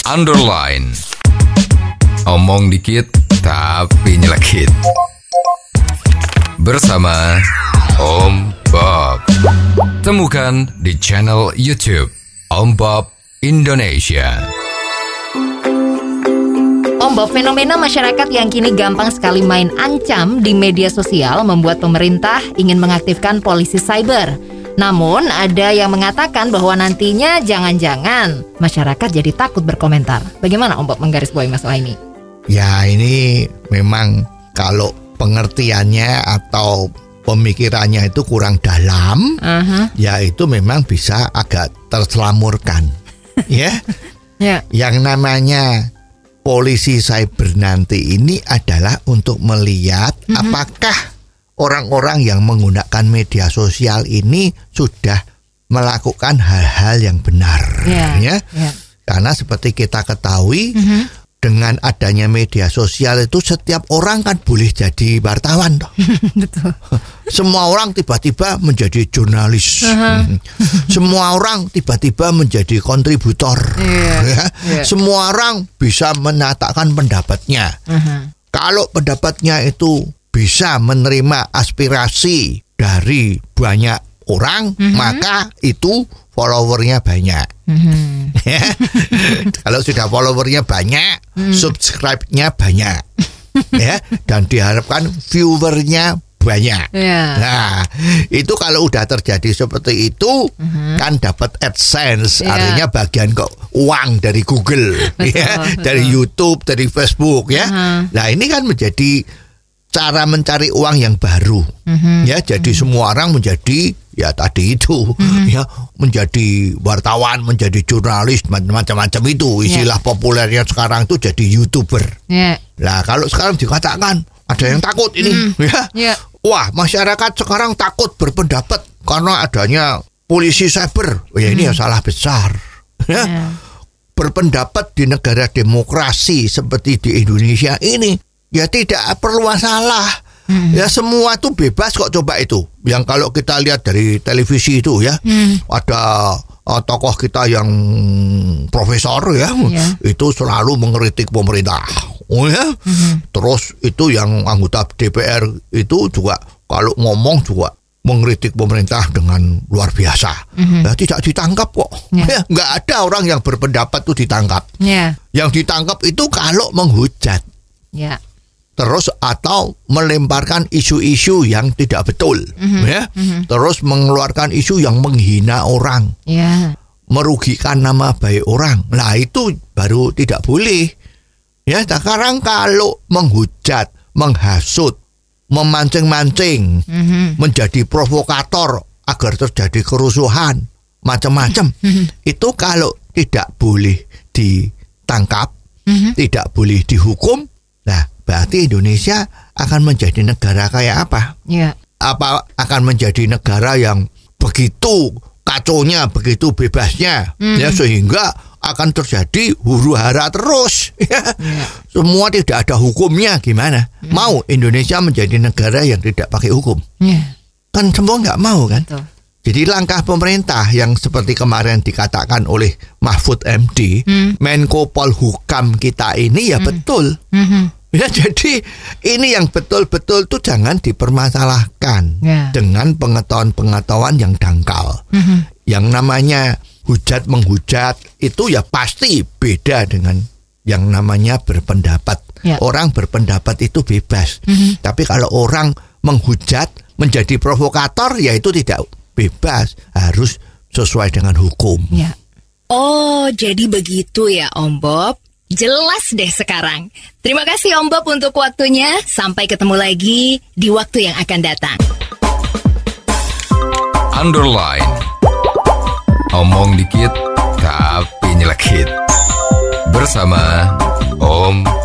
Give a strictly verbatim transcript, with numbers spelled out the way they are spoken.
Underline. Omong dikit tapi nyelekit. Bersama Om Bob. Temukan di channel YouTube Om Bob Indonesia. Om Bob, fenomena masyarakat yang kini gampang sekali main ancam di media sosial membuat pemerintah ingin mengaktifkan polisi cyber. Namun ada yang mengatakan bahwa nantinya jangan-jangan masyarakat jadi takut berkomentar. Bagaimana Om Bob menggarisbawahi masalah ini? Ya, ini memang kalau pengertiannya atau pemikirannya itu kurang dalam, uh-huh. ya itu memang bisa agak terselamurkan. Ya, yeah. Yang namanya polisi cyber nanti ini adalah untuk melihat uh-huh. apakah orang-orang yang menggunakan media sosial ini sudah melakukan hal-hal yang benar, yeah, ya. Yeah. Karena seperti kita ketahui, uh-huh. dengan adanya media sosial itu setiap orang kan boleh jadi wartawan. Betul. Semua orang tiba-tiba menjadi jurnalis. Uh-huh. Semua orang tiba-tiba menjadi kontributor. Yeah, ya. Yeah. Semua orang bisa menyatakan pendapatnya. Uh-huh. Kalau pendapatnya itu bisa menerima aspirasi dari banyak orang, mm-hmm. maka itu followernya banyak. Mm-hmm. Kalau sudah followernya banyak, mm. subscribe-nya banyak, ya, dan diharapkan viewernya banyak. Yeah. Nah, itu kalau udah terjadi seperti itu, mm-hmm. kan dapat AdSense, yeah. artinya bagian kok uang dari Google, betul, ya, betul. Dari YouTube, dari Facebook, ya. Uh-huh. Nah, ini kan menjadi cara mencari uang yang baru, mm-hmm. ya. Jadi mm-hmm. semua orang menjadi ya tadi itu, mm-hmm. ya, menjadi wartawan, menjadi jurnalis, macam-macam itu istilah yeah. populernya sekarang itu jadi YouTuber. Yeah. Nah, kalau sekarang dikatakan ada yang takut ini, mm-hmm. ya, yeah. wah, masyarakat sekarang takut berpendapat karena adanya polisi cyber. Oh, ya, mm-hmm. ini ya salah besar. Ya. Yeah. Berpendapat di negara demokrasi seperti di Indonesia ini, ya tidak perlu masalah. Hmm. Ya semua itu bebas kok, coba itu. Yang kalau kita lihat dari televisi itu ya, hmm. ada uh, tokoh kita yang profesor ya, yeah. itu selalu mengkritik pemerintah. Oh ya. Hmm. Terus itu yang anggota D P R itu juga kalau ngomong juga mengkritik pemerintah dengan luar biasa. Hmm. Ya, tidak ditangkap kok. Yeah. Ya, nggak ada orang yang berpendapat itu ditangkap. Yeah. Yang ditangkap itu kalau menghujat. Yeah. Terus atau melemparkan isu-isu yang tidak betul, mm-hmm. ya, mm-hmm. terus mengeluarkan isu yang menghina orang, yeah. merugikan nama baik orang. Nah, itu baru tidak boleh. Ya, sekarang kalau menghujat, menghasut, memancing-mancing, mm-hmm. menjadi provokator agar terjadi kerusuhan, macam-macam, mm-hmm. itu kalau tidak boleh ditangkap, mm-hmm. tidak boleh dihukum. Nah, berarti Indonesia akan menjadi negara kayak apa? Ya. Apa akan menjadi negara yang begitu kacaunya, begitu bebasnya, mm-hmm. ya, sehingga akan terjadi huru-hara terus. Ya. Ya. Semua tidak ada hukumnya, gimana? Mm-hmm. Mau Indonesia menjadi negara yang tidak pakai hukum? Ya. Kan semua nggak mau kan? Betul. Jadi langkah pemerintah yang seperti kemarin dikatakan oleh Mahfud M D, mm. Menko Polhukam kita ini ya mm. betul. Mm-hmm. Ya, jadi ini yang betul-betul tuh jangan dipermasalahkan yeah. dengan pengetahuan-pengetahuan yang dangkal. Mm-hmm. Yang namanya hujat menghujat itu ya pasti beda dengan yang namanya berpendapat. Yeah. Orang berpendapat itu bebas. Mm-hmm. Tapi kalau orang menghujat menjadi provokator, ya itu tidak bebas, harus sesuai dengan hukum. Yeah. Oh, jadi begitu ya Om Bob. Jelas deh sekarang. Terima kasih Om Bob untuk waktunya. Sampai ketemu lagi di waktu yang akan datang. Underline. Omong dikit tapi nyelekit. Bersama Om